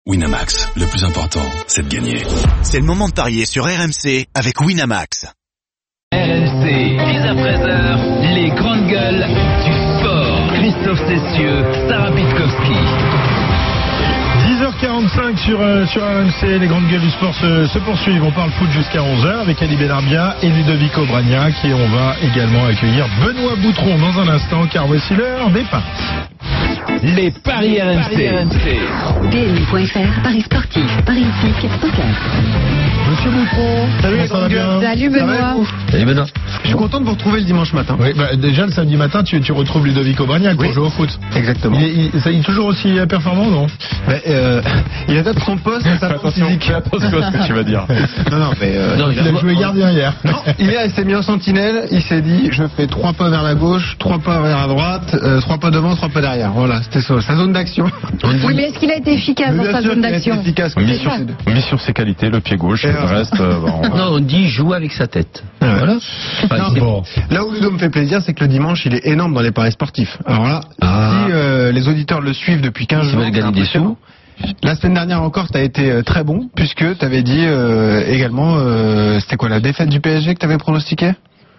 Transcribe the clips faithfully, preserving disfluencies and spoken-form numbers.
Winamax, le plus important, c'est de gagner. C'est le moment de parier sur R M C avec Winamax. R M C, dix à treize heures, les grandes gueules du sport. Christophe Cessieux, Sarah Pitkowski. dix heures quarante-cinq sur, euh, sur R M C, les grandes gueules du sport se, se poursuivent. On parle foot jusqu'à onze heures avec Ali Benarbia et Ludovico Bragnac. Et on va également accueillir Benoît Boutron dans un instant, car voici l'heure des paris. Les paris R M C. P M U point F R, paris sportifs, paris hippiques, poker. Monsieur Boutron, salut, ça va bien? Salut Benoît. Salut Benoît. Je suis content de vous retrouver le dimanche matin. Oui, bah, déjà le samedi matin, tu, tu retrouves Ludovico Bragnac pour oui, jouer au foot. Exactement. Il est, il, ça, il est toujours aussi performant, non? bah, euh, Il adapte son poste à sa force physique. Fais attention à ce que tu vas dire. Non, non, mais euh, non, il a joué gardien hier. Non, hier il s'est mis en sentinelle. Il s'est dit, je fais trois pas vers la gauche, trois pas vers la droite, euh, trois pas devant, trois pas derrière. Voilà, c'était ça, sa zone d'action. Oui, mais est-ce qu'il a été efficace dans sa zone d'action? Efficace. On mise sur, on mise sur ses qualités, le pied gauche, et le reste. Euh, bah, on... Non, on dit joue avec sa tête. Ouais. Voilà. Enfin, non, bon. Là où Ludo me fait plaisir, c'est que le dimanche, il est énorme dans les paris sportifs. Alors là, ah. si euh, les auditeurs le suivent depuis quinze jours, ils veulent gagner des sous. La semaine dernière encore, tu as été euh, très bon, puisque tu avais dit euh, également, euh, c'était quoi la défaite du P S G que tu avais pronostiqué?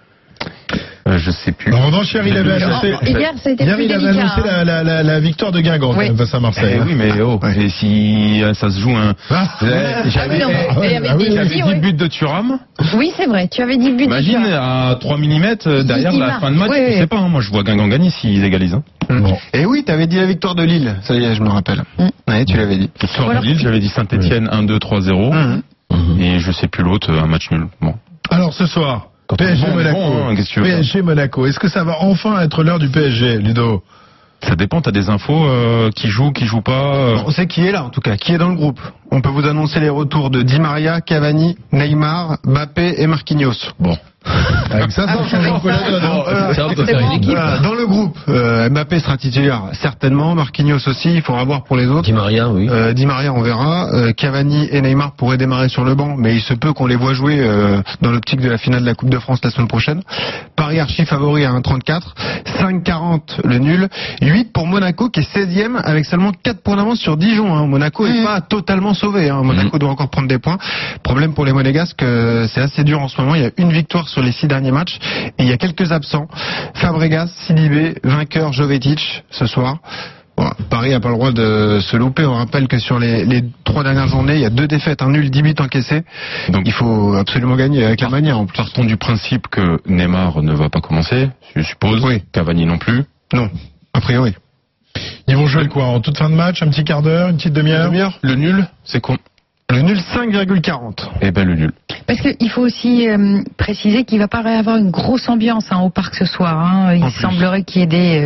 Euh, je sais plus. En revanche, hier, il avait annoncé, hier, c'était hier, plus il avait délicat, annoncé hein. la, la, la, la victoire de Guingamp oui. face à Marseille. Eh oui, mais oh, ouais. et si ça se joue un. Ah, j'avais ah, oui, non, eh, avait ah, oui, dit, j'avais si, dix oui. buts de Thuram. Oui, c'est vrai, tu avais dit but Imagine de Thuram. à trois millimètres derrière Il la marque. fin de match, Oui, je oui. sais pas, hein, moi je vois Guingamp gagner s'ils égalisent. Hein. Bon. Et oui, tu avais dit la victoire de Lille, ça y est, je me rappelle. Mm. Oui, tu l'avais dit. Victoire Voilà. de Lille, j'avais dit Saint-Etienne un deux trois zéro. Mm. Et je sais plus l'autre, un match nul. Bon. Alors ce soir, P S G bon, Monaco. bon, hein, qu'est-ce que tu veux P S G Monaco. Est-ce que ça va enfin être l'heure du P S G, Ludo? Ça dépend, t'as des infos euh, qui jouent, qui jouent pas. Euh... On sait qui est là, en tout cas, qui est dans le groupe. On peut vous annoncer les retours de Di Maria, Cavani, Neymar, Mbappé et Marquinhos. Bon. Avec ça, ça change un peu la donne. hein. Euh, Ça, on peut faire une équipe. Voilà, dans le groupe, euh, Mbappé sera titulaire certainement, Marquinhos aussi, il faudra voir pour les autres. Di Maria, oui. Euh, Di Maria, on verra. Euh, Cavani et Neymar pourraient démarrer sur le banc, mais il se peut qu'on les voit jouer euh, dans l'optique de la finale de la Coupe de France la semaine prochaine. Paris archi favori à un virgule trente-quatre, cinq quarante le nul, huit pour Monaco qui est seizième avec seulement quatre points d'avance sur Dijon. Hein. Monaco n'est mmh. pas totalement sauvé. Hein. Monaco mmh. doit encore prendre des points. Problème pour les Monégasques, euh, c'est assez dur en ce moment. Il y a une victoire sur les six derniers matchs et il y a quelques absents. Fabregas, Sidibé, vainqueur Jovetic ce soir. Bon, Paris n'a pas le droit de se louper. On rappelle que sur les, les trois dernières journées, il y a deux défaites, un nul, dix buts encaissés. Donc il faut absolument gagner avec la manière en plus. Partons du principe que Neymar ne va pas commencer, je suppose. Oui. Cavani non plus. Non, a priori. Ils vont jouer quoi? En toute fin de match? Un petit quart d'heure? Une petite demi-heure? Demi-heure. Le nul, c'est con. Le nul cinq virgule quarante. Eh ben le nul. Parce qu'il faut aussi euh, préciser qu'il ne va pas y avoir une grosse ambiance hein, au parc ce soir. Hein. Il semblerait qu'il y ait des, euh,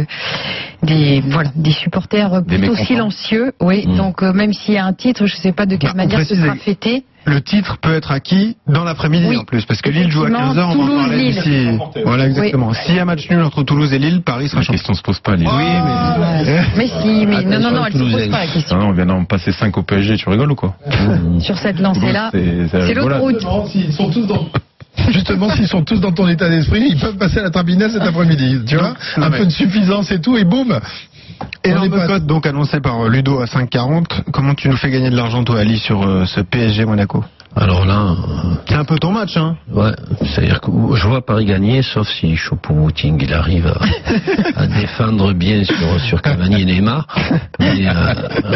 des, voilà, des supporters Des plutôt mécontents. silencieux. Oui, Mmh. donc euh, même s'il y a un titre, je ne sais pas de quelle Bah, on manière ce précise- sera fêté. Le titre peut être acquis dans l'après-midi Oui. en plus, parce que Lille joue à Effectivement, quinze heures, on va en parler Toulouse-Lille. d'ici. Voilà, exactement. S'il y a match nul entre Toulouse et Lille, Paris sera La champion. question se pose pas, Lille. Oui, mais... Ouais. Mais si, mais non, non, non, elle ne se pose Toulousaine. pas la question. Ah non, on vient d'en passer cinq au P S G, tu rigoles ou quoi? Sur cette lancée-là, Toulouse, c'est- c'est- c'est voilà. l'autoroute. Justement, s'ils sont tous dans... Justement, s'ils sont tous dans ton état d'esprit, ils peuvent passer à la tribunelle cet après-midi. Tu vois? Non, Un mais- peu de suffisance et tout, et boum! Énorme On est pas- cote donc annoncé par euh, Ludo à cinq quarante. Comment tu nous fais gagner de l'argent toi Ali sur euh, ce P S G Monaco? Alors là, euh, C'est un peu ton match hein. ouais, c'est-à-dire que je vois Paris gagner, sauf si Choupo-Moting il arrive à, à défendre bien sur, sur Cavani et Neymar. Mais, euh,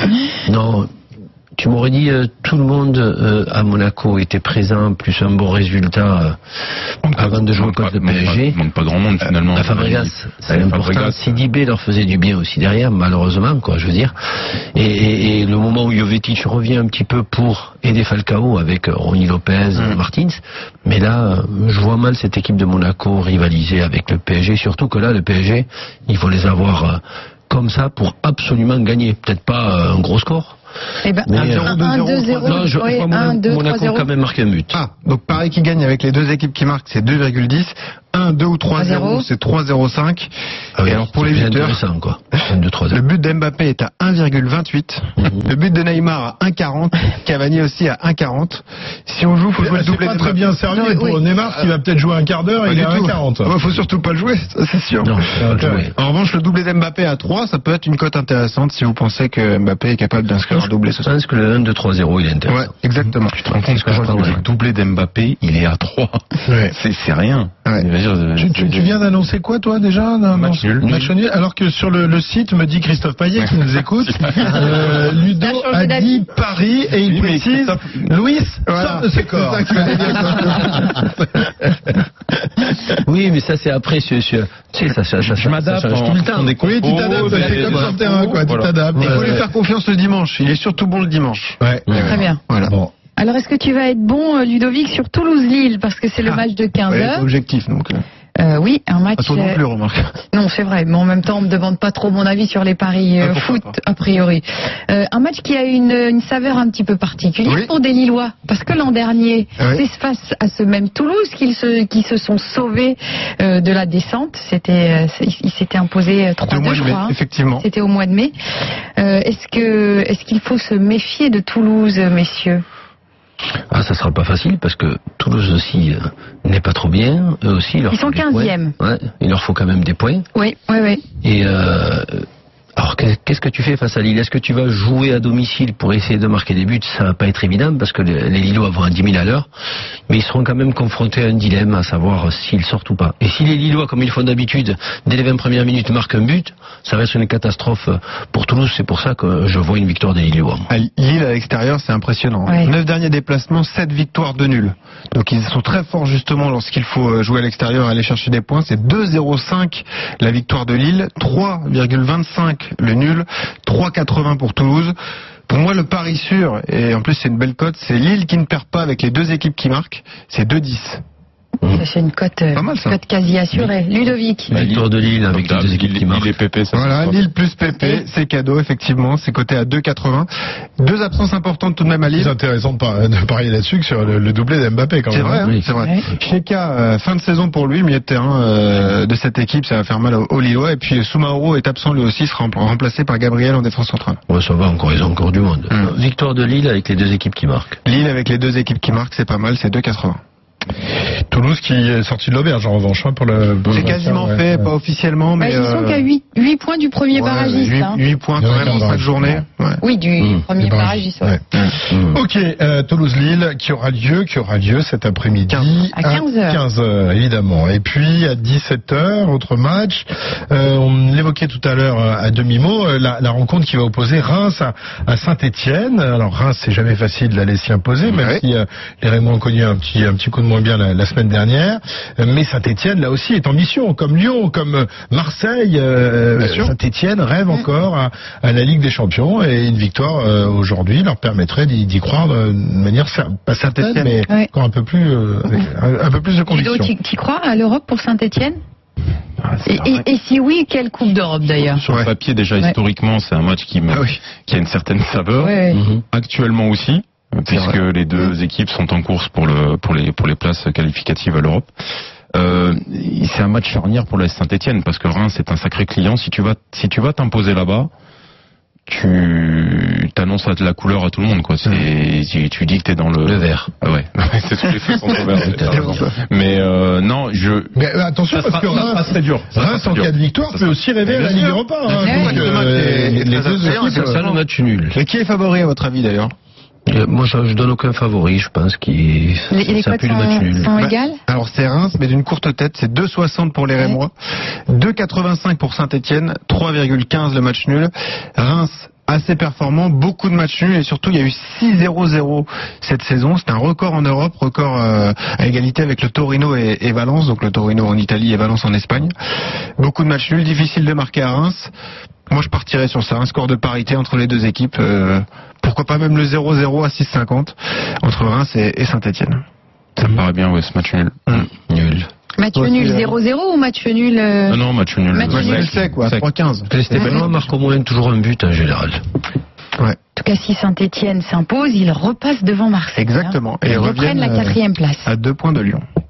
non, tu m'aurais dit euh, tout le monde euh, à Monaco était présent, plus un bon résultat euh, avant de jouer Manque contre pas- le P S G. manque pas- manque pas grand monde finalement. La Fabregas, c'est Ouais, important. Fabregas. Sidibé leur faisait du bien aussi derrière, malheureusement, quoi, je veux dire. Et, et, et le moment où Jovetic revient un petit peu pour aider Falcao avec euh, Ronny Lopez, Mm. Martins, mais là, euh, je vois mal cette équipe de Monaco rivaliser avec le P S G, surtout que là, le P S G, il faut les avoir euh, comme ça pour absolument gagner. Peut-être pas euh, un gros score. Eh ben, Mais, un euh, deux zéro, Non, je, je oui, vois un, Monaco, deux, trois, Monaco zéro. quand même marquer un but. Ah, donc Paris qui gagne avec les deux équipes qui marquent, c'est deux virgule dix. un, deux ou trois zéro, c'est trois virgule zéro cinq. Ah oui, et alors pour les c'est buteurs, intéressant, quoi. un, deux, trois, le zéro. but d'Mbappé est à un virgule vingt-huit. Le but de Neymar à un virgule quarante. Cavani aussi à un virgule quarante. Si on joue, faut jouer le C'est doublé pas de très bien servi Non, pour oui. Neymar qui va peut-être jouer un quart d'heure et Pas il est du à un tout. quarante. Ah bah, faut surtout pas le jouer, ça, c'est sûr. Non, faut pas le jouer. En revanche, le doublé d'Mbappé à trois, ça peut être une cote intéressante si vous pensez que Mbappé est capable d'inscrire. un doublé. Je pense que le un deux trois zéro, il est intéressant. Ouais, exactement. Tu te rends compte que je crois que le doublé d'Mbappé, il est à trois. Ouais. C'est, c'est rien. Ouais. Tu, tu, tu viens d'annoncer quoi, toi, déjà? Non, Match non, nul. Match nul. Alors que sur le, le site, me dit Christophe Payet, qui nous écoute, euh, Ludo Il a a changé dit Paris, et il Oui, mais précise, Christophe- Louis Voilà. sort de ses corps. C'est ça que je voulais dire. Oui, mais ça, c'est après, c'est, c'est, tu sais, ça, ça, ça, Je m'adapte ça change en tout le fonction temps. des Oui, tu compos, t'adaptes, des- c'est comme des sur le terrain, quoi, tu voilà. t'adaptes. Il faut lui Ouais. faire confiance le dimanche. Il est surtout bon le dimanche. Ouais. Très bien. Voilà. Bon. Alors, est-ce que tu vas être bon, euh, Ludovic, sur Toulouse-Lille? Parce que c'est le Ah. match de quinze Ouais, c'est heures. objectif, donc. euh, Euh, oui, un match. Pas toi non euh, plus, remarque. Non, c'est vrai, mais en même temps, on me demande pas trop mon avis sur les paris euh, Ah, pourquoi foot, a priori. Euh, un match qui a une, une saveur un petit peu particulière Oui. pour des Lillois, parce que l'an dernier, Ah oui. c'est face à ce même Toulouse qu'ils se, qui se sont sauvés euh, de la descente. C'était, euh, c'est- ils s'étaient imposés Au trois deux, mois de je mai, crois. hein. effectivement. C'était au mois de mai. Euh, est-ce que, est-ce qu'il faut se méfier de Toulouse, messieurs? Ah, ça sera pas facile parce que Toulouse aussi euh, n'est pas trop bien. Eux aussi, il leur Ils faut sont des quinzième. points. Ouais, il leur faut quand même des points. Oui, oui, oui. Et euh, alors, qu'est- qu'est-ce que tu fais face à Lille? Est-ce que tu vas jouer à domicile pour essayer de marquer des buts? Ça va pas être évident parce que les, les Lillois vont à dix mille à l'heure, mais ils seront quand même confrontés à un dilemme, à savoir s'ils sortent ou pas. Et si les Lillois, comme ils font d'habitude, dès les vingt premières minutes marquent un but, ça va être une catastrophe pour Toulouse. C'est pour ça que je vois une victoire des Lillois. À Lille, à l'extérieur, c'est impressionnant. Ouais. Neuf derniers déplacements, sept victoires, deux nuls. Donc ils sont très forts justement lorsqu'il faut jouer à l'extérieur et aller chercher des points. C'est deux virgule zéro cinq la victoire de Lille, trois virgule vingt-cinq le nul, trois virgule quatre-vingts pour Toulouse. Pour moi, le pari sûr, et en plus c'est une belle cote, c'est Lille qui ne perd pas avec les deux équipes qui marquent, c'est deux virgule dix. Ça, c'est une cote, euh, Pas mal, ça. cote quasi assurée. Ludovic. La victoire de Lille avec les deux équipes qui marquent. Il est pépé, ça. Voilà, c'est Lille plus P P, c'est cadeau, effectivement, c'est coté à deux virgule quatre-vingts. Deux absences importantes tout de même à Lille. C'est intéressant de, par- de parier là-dessus que sur le, le doublé d'Mbappé, quand C'est même. vrai, hein. hein, Oui. c'est vrai. Ouais. Cheka, euh, fin de saison pour lui, milieu de terrain euh, de cette équipe, ça va faire mal aux, aux Lillois. Et puis Soumaoro est absent lui aussi, sera rem- remplacé par Gabriel en défense centrale. Ouais, ça va encore, ils ont encore du monde. Mm. Victoire de Lille avec les deux équipes qui marquent. Lille avec les deux équipes qui marquent, c'est pas mal, c'est deux virgule quatre-vingts. Toulouse qui est sorti de l'auberge, en revanche, hein, pour le. pour C'est le quasiment maintien, fait, ouais. pas officiellement, Bah, mais. ils sont euh, qu'à huit points du premier ouais, barragiste. huit hein. huit points quand Ouais, même en barragiste. cinq journées. Ouais. Oui, du Mmh. premier Du barragiste. ouais. ouais. Mm. Ok, euh, Toulouse-Lille qui aura lieu, qui aura lieu cet après-midi À quinze heures. quinze heures, évidemment. Et puis à dix-sept heures, autre match. Euh, on l'évoquait tout à l'heure euh, à demi-mot, euh, la, la rencontre qui va opposer Reims à, à Saint-Étienne. Alors Reims, c'est jamais facile d'aller s'y imposer, même Ouais. si euh, les Rémois ont connu un petit un petit coup de moins bien la, la semaine dernière. Euh, Mais Saint-Étienne, là aussi, est en mission, comme Lyon, comme euh, Marseille. Euh, Bien sûr. Saint-Étienne rêve encore à, à la Ligue des Champions et une victoire euh, aujourd'hui leur permettrait d'y d'y croire de manière cer- pas certaine, Saint-Étienne. mais Ouais. encore un peu plus euh, avec un, un peu plus de Ludo, conviction. tu, tu crois à l'Europe pour Saint-Etienne Ah, c'est et, vrai. et, et si oui, quelle Coupe d'Europe d'ailleurs? Sur Ouais. le papier, déjà, Ouais. historiquement, c'est un match qui, me, Ah oui. qui a une certaine saveur. Ouais, ouais. Mhm. Actuellement aussi, puisque les deux équipes sont en course pour, le, pour, les, pour les places qualificatives à l'Europe. Euh, c'est un match charnière pour la Saint-Etienne, parce que Reims est un sacré client. Si tu vas, si tu vas t'imposer là-bas, tu t'annonces la couleur à tout le monde, quoi. C'est, tu, tu dis que t'es dans le, Le vert. Ah ouais, c'est tous les feux sont au vert. Tout à fait. Mais euh, non, je. Mais euh, attention Ça parce sera- que ça sera Reims, très dur. Ça sera Reims très en dur. cas de victoire Ça peut sera- aussi rêver à la Bien Ligue sûr. Europa. hein. Ouais. Donc, Ouais, le match euh, est- est les très deux attrayant, équipes, c'est C'est ça le match nul. Et qui est favori à votre avis d'ailleurs? Euh, Moi, je, je donne aucun favori. Je pense qu'il Les, les ça cotes pue le match sont, nul. sont Bah, égales? Alors c'est Reims, mais d'une courte tête, c'est deux virgule soixante pour les Rémois, deux virgule quatre-vingt-cinq pour Saint-Etienne, trois virgule quinze le match nul. Reims assez performant, beaucoup de matchs nuls et surtout il y a eu six zéro zéro cette saison. C'est un record en Europe, record euh, à égalité avec le Torino et, et Valence, donc le Torino en Italie et Valence en Espagne. Beaucoup de matchs nuls, difficile de marquer à Reims. Moi je partirais sur ça, un score de parité entre les deux équipes. Euh, pourquoi pas même le zéro zéro à six cinquante entre Reims et, et Saint-Etienne. Ça me paraît bien, ouais, ce match nul. Nul. Match Toi, nul tu- zéro zéro ou match nul euh, Non, non, match nul. Match Moi je nul. le sais quoi, Sec. trois quinze. Les Benoît marque au moins toujours un but en général. Ouais, En tout cas, si Saint-Etienne s'impose, ils repassent devant Marseille. exactement. hein. Et Ils reprennent la reviennent, euh, quatrième place. à deux points de Lyon.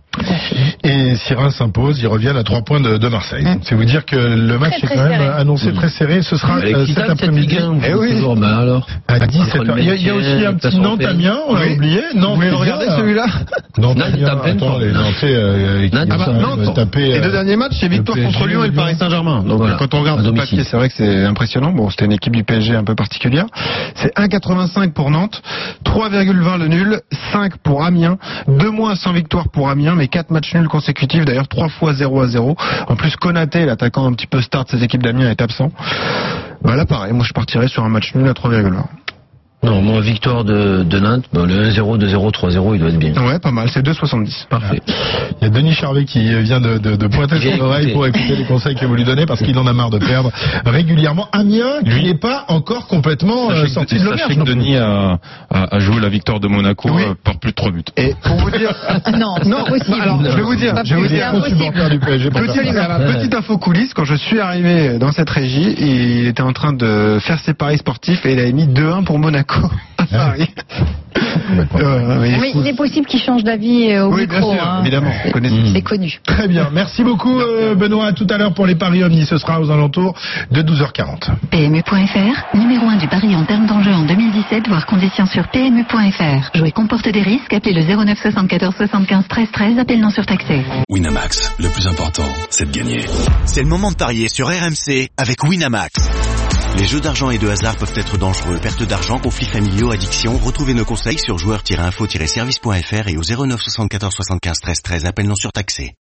Et si Reims s'impose, ils reviennent à trois points de, de Marseille. Mmh. C'est vous dire que le match très, est quand très même serré. annoncé mmh. très serré. Ce sera euh, cet après-midi. Eh oui. Toujours, bah alors. À dix-sept heures. Il y a, il y a aussi un petit Nantes-Amiens, on l'a oui. oublié. Nantes, vous voulez regarder celui-là? Nantes-Amiens, attends, les Nantais euh, qui ah bah, Nantes, taper, les deux derniers matchs, c'est victoire P S G, contre Lyon et le Paris Saint-Germain. Donc voilà. Quand on regarde le papier, c'est vrai que c'est impressionnant. Bon, c'était une équipe du P S G un peu particulière. C'est un virgule quatre-vingt-cinq pour Nantes, trois virgule vingt le nul, cinq pour Amiens, deux mois sans victoire pour Amiens, mais quatre matchs nuls consécutifs, d'ailleurs trois fois zéro à zéro. En plus, Konaté, l'attaquant un petit peu star de ces équipes d'Amiens, est absent. Bah là, pareil, moi je partirais sur un match nul à trois virgule vingt. Non, moi, victoire de, de Nantes, bon, le un zéro, deux zéro, trois zéro, il doit être bien. Ouais, pas mal, c'est deux virgule soixante-dix. Parfait. Il y a Denis Charvet qui vient de, de, de pointer son oreille pour écouter les conseils que vous lui donnez parce qu'il en a marre de perdre régulièrement. Amiens, qui n'est pas encore complètement euh, sorti de l'auberge. Sachez que Denis a, a, a joué la victoire de Monaco oui. euh, par plus de trois buts. Et pour vous dire... non, c'est non, pas possible. Alors, je vais vous dire, je vais vous dire, du P S G pour petite, petite info coulisse, quand je suis arrivé dans cette régie, il était en train de faire ses paris sportifs et il avait mis deux un pour Monaco. Ah, oui. euh, oui, mais il est possible qu'il change d'avis au oui, micro. Bien sûr, hein. évidemment. C'est mmh. connu. Très bien. Merci beaucoup, euh, Benoît. À tout à l'heure pour les paris Omni. Ce sera aux alentours de douze heures quarante. P M U point F R, numéro un du pari en termes d'enjeu en deux mille dix-sept, voire conditions sur P M U point F R. Jouer comporte des risques. Appelez le zéro neuf soixante-quatorze soixante-quinze treize treize. Appel non surtaxé. Winamax, le plus important, c'est de gagner. C'est le moment de parier sur R M C avec Winamax. Les jeux d'argent et de hasard peuvent être dangereux. Perte d'argent, conflits familiaux, addiction. Retrouvez nos conseils sur joueurs tiret info tiret service point F R et au zéro neuf soixante-quatorze soixante-quinze treize treize. Appel non surtaxé.